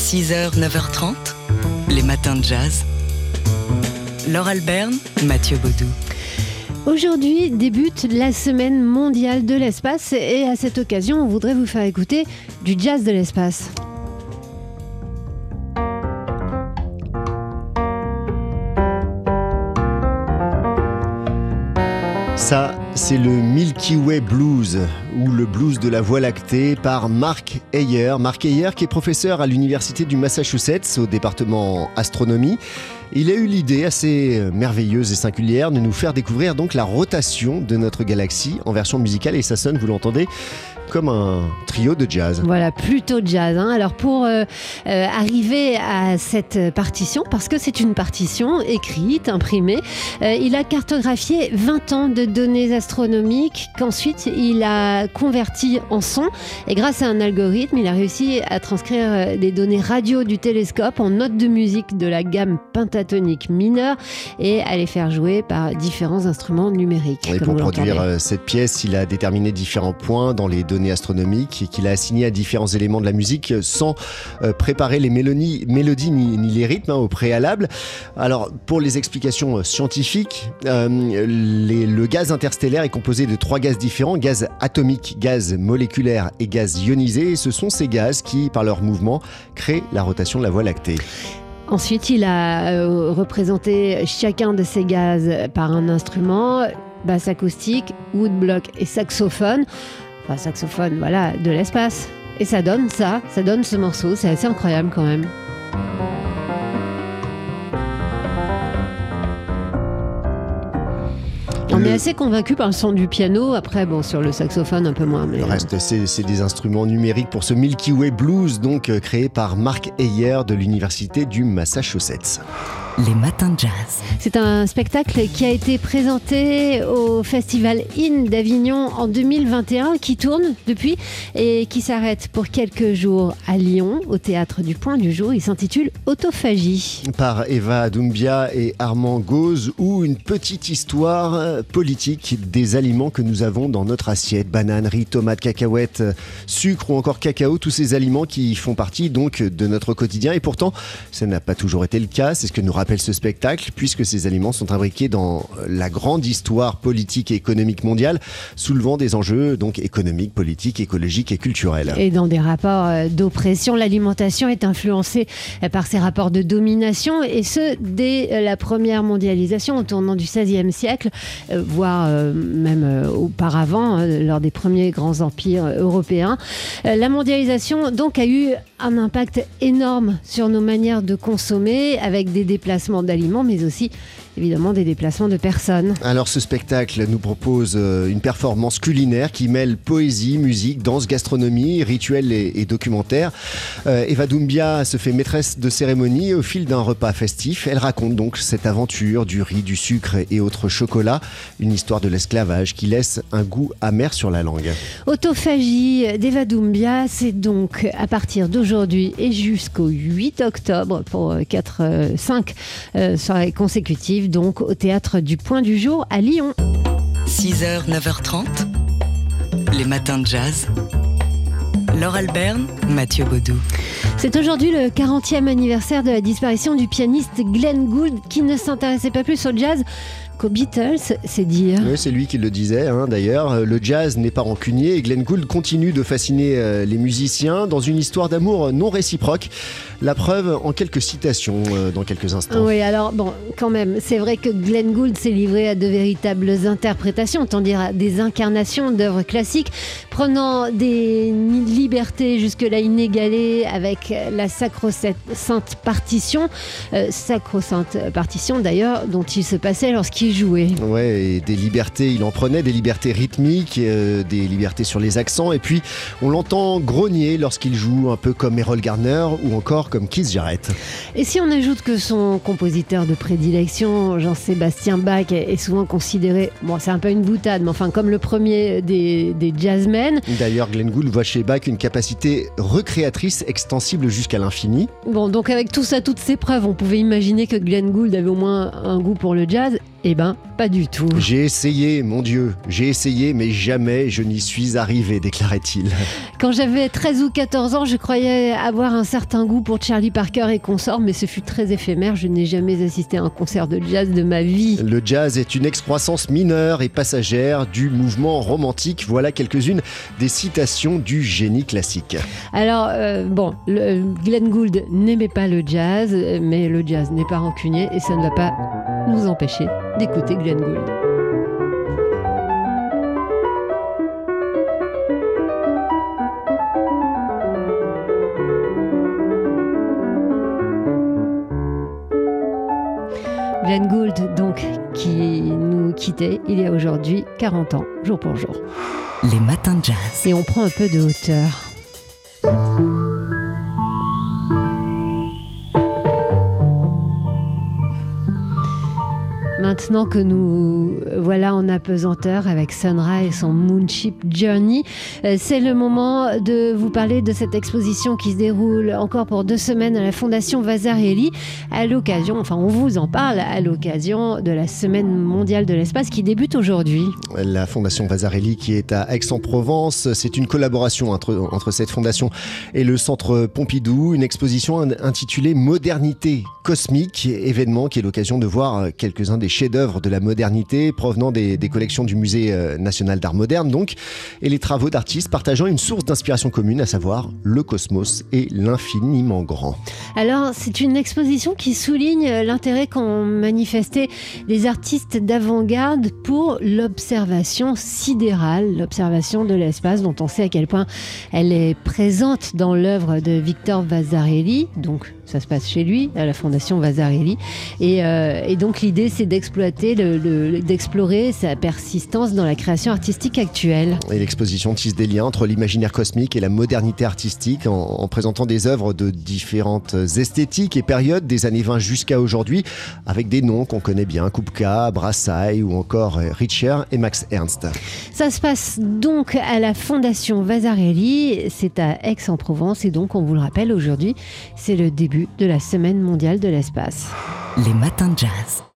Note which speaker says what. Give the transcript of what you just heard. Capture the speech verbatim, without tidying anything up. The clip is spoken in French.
Speaker 1: six heures, neuf heures trente, les matins de jazz. Laure Alberne, Mathieu Baudou.
Speaker 2: Aujourd'hui débute la semaine mondiale de l'espace et à cette occasion, on voudrait vous faire écouter du jazz de l'espace.
Speaker 3: Ça, c'est le Milky Way Blues, ou le blues de la Voie lactée, par Mark Heyer. Mark Heyer, qui est professeur à l'université du Massachusetts, au département astronomie. Il a eu l'idée assez merveilleuse et singulière de nous faire découvrir donc la rotation de notre galaxie en version musicale, et ça sonne, vous l'entendez, comme un trio de jazz.
Speaker 2: Voilà, plutôt jazz. Hein. Alors pour euh, euh, arriver à cette partition, parce que c'est une partition écrite, imprimée, euh, il a cartographié vingt ans de données astronomiques qu'ensuite il a converti en son. Et grâce à un algorithme, il a réussi à transcrire des données radio du télescope en notes de musique de la gamme pentatonique mineure et à les faire jouer par différents instruments numériques.
Speaker 3: Et pour produire euh, cette pièce, il a déterminé différents points dans les données astronomiques qu'il a assigné à différents éléments de la musique sans euh, préparer les mélodies, mélodies ni, ni les rythmes hein, au préalable. Alors pour les explications scientifiques, euh, les, le gaz interstellaire est composé de trois gaz différents, gaz atomique, gaz moléculaire et gaz ionisé, et ce sont ces gaz qui, par leur mouvement, créent la rotation de la Voie lactée. Ensuite,
Speaker 2: il a euh, représenté chacun de ces gaz par un instrument, basse acoustique, woodblock et saxophone. Enfin, saxophone, voilà, de l'espace. Et ça donne ça, ça donne ce morceau, c'est assez incroyable quand même. On est assez convaincu par le son du piano. Après, bon, sur le saxophone, un peu moins. Mais...
Speaker 3: Le reste, c'est, c'est des instruments numériques pour ce Milky Way Blues, donc euh, créé par Mark Heyer de l'université du Massachusetts.
Speaker 1: Les matins de jazz.
Speaker 2: C'est un spectacle qui a été présenté au Festival In d'Avignon en deux mille vingt et un, qui tourne depuis et qui s'arrête pour quelques jours à Lyon, au Théâtre du Point du Jour. Il s'intitule Autophagie.
Speaker 3: Par Eva Doumbia et Armand Gauze, ou une petite histoire politique des aliments que nous avons dans notre assiette. Bananes, riz, tomates, cacahuètes, sucre ou encore cacao, tous ces aliments qui font partie donc de notre quotidien. Et pourtant, ça n'a pas toujours été le cas. C'est ce que nous rappelle ce spectacle, puisque ces aliments sont imbriqués dans la grande histoire politique et économique mondiale, soulevant des enjeux donc économiques, politiques, écologiques et culturels.
Speaker 2: Et dans des rapports d'oppression, l'alimentation est influencée par ces rapports de domination, et ce, dès la première mondialisation au tournant du seizième siècle, voire même auparavant, lors des premiers grands empires européens. La mondialisation donc a eu un impact énorme sur nos manières de consommer, avec des déplacements d'aliments, mais aussi évidemment des déplacements de personnes.
Speaker 3: Alors ce spectacle nous propose une performance culinaire qui mêle poésie, musique, danse, gastronomie, rituels et, et documentaire. Euh, Eva Doumbia se fait maîtresse de cérémonie au fil d'un repas festif. Elle raconte donc cette aventure du riz, du sucre et autres chocolats, une histoire de l'esclavage qui laisse un goût amer sur la langue.
Speaker 2: Autophagie d'Eva Doumbia, c'est donc à partir d'aujourd'hui et jusqu'au huit octobre pour quatre cinq euh, soirées consécutives, donc au Théâtre du Point du Jour à Lyon.
Speaker 1: six heures, neuf heures trente, les matins de jazz. Laure Alberne, Mathieu Baudou.
Speaker 2: C'est aujourd'hui le quarantième anniversaire de la disparition du pianiste Glenn Gould, qui ne s'intéressait pas plus au jazz qu'aux Beatles, c'est dire.
Speaker 3: Oui, c'est lui qui le disait, hein, d'ailleurs. Le jazz n'est pas rancunier et Glenn Gould continue de fasciner euh, les musiciens dans une histoire d'amour non réciproque. La preuve en quelques citations euh, dans quelques instants.
Speaker 2: Oui, alors bon, quand même, c'est vrai que Glenn Gould s'est livré à de véritables interprétations, autant dire à des incarnations d'œuvres classiques, prenant des libertés jusque-là inégalées avec la sacro-sainte partition, euh, sacro-sainte partition d'ailleurs, dont il se passait lorsqu'il jouait.
Speaker 3: Ouais, et des libertés, il en prenait, des libertés rythmiques, euh, des libertés sur les accents, et puis on l'entend grogner lorsqu'il joue, un peu comme Errol Garner ou encore comme Keith Jarrett.
Speaker 2: Et si on ajoute que son compositeur de prédilection, Jean-Sébastien Bach, est souvent considéré, bon c'est un peu une boutade, mais enfin comme le premier des, des jazzmen.
Speaker 3: D'ailleurs, Glenn Gould voit chez Bach une capacité recréatrice extensible jusqu'à l'infini.
Speaker 2: Bon, donc avec tout ça, toutes ces preuves, on pouvait imaginer que Glenn Gould avait au moins un goût pour le jazz. Eh ben, pas du tout.
Speaker 3: J'ai essayé, mon Dieu, j'ai essayé, mais jamais je n'y suis arrivé, déclarait-il.
Speaker 2: Quand j'avais treize ou quatorze ans, je croyais avoir un certain goût pour Charlie Parker et consorts, mais ce fut très éphémère. Je n'ai jamais assisté à un concert de jazz de ma vie.
Speaker 3: Le jazz est une excroissance mineure et passagère du mouvement romantique. Voilà quelques-unes des citations du génie classique.
Speaker 2: Alors, euh, bon, le, Glenn Gould n'aimait pas le jazz, mais le jazz n'est pas rancunier et ça ne va pas nous empêcher d'écouter Glenn Gould. Glenn Gould, donc, qui nous quittait il y a aujourd'hui quarante ans, jour pour jour.
Speaker 1: Les matins de jazz.
Speaker 2: Et on prend un peu de hauteur. Maintenant que nous voilà en apesanteur avec Sun-Ra et son Moonship Journey, c'est le moment de vous parler de cette exposition qui se déroule encore pour deux semaines à la Fondation Vasarely à l'occasion, enfin on vous en parle, à l'occasion de la Semaine mondiale de l'espace qui débute aujourd'hui.
Speaker 3: La Fondation Vasarely qui est à Aix-en-Provence, c'est une collaboration entre, entre cette fondation et le Centre Pompidou, une exposition intitulée Modernité cosmique, événement qui est l'occasion de voir quelques-uns des chefs-d'œuvre de la modernité provenant des, des collections du Musée national d'art moderne donc, et les travaux d'artistes partageant une source d'inspiration commune, à savoir le cosmos et l'infiniment grand.
Speaker 2: Alors c'est une exposition qui souligne l'intérêt qu'ont manifesté les artistes d'avant-garde pour l'observation sidérale, l'observation de l'espace dont on sait à quel point elle est présente dans l'œuvre de Victor Vasarely, donc ça se passe chez lui, à la Fondation Vasarely. Et, euh, et donc l'idée, c'est d'exploiter, le, le, d'explorer sa persistance dans la création artistique actuelle.
Speaker 3: Et l'exposition tisse des liens entre l'imaginaire cosmique et la modernité artistique en, en présentant des œuvres de différentes esthétiques et périodes, des années vingt jusqu'à aujourd'hui, avec des noms qu'on connaît bien, Kupka, Brassai ou encore Richter et Max Ernst.
Speaker 2: Ça se passe donc à la Fondation Vasarely, c'est à Aix-en-Provence et donc on vous le rappelle aujourd'hui, c'est le début de la Semaine mondiale de l'espace.
Speaker 1: Les matins de jazz.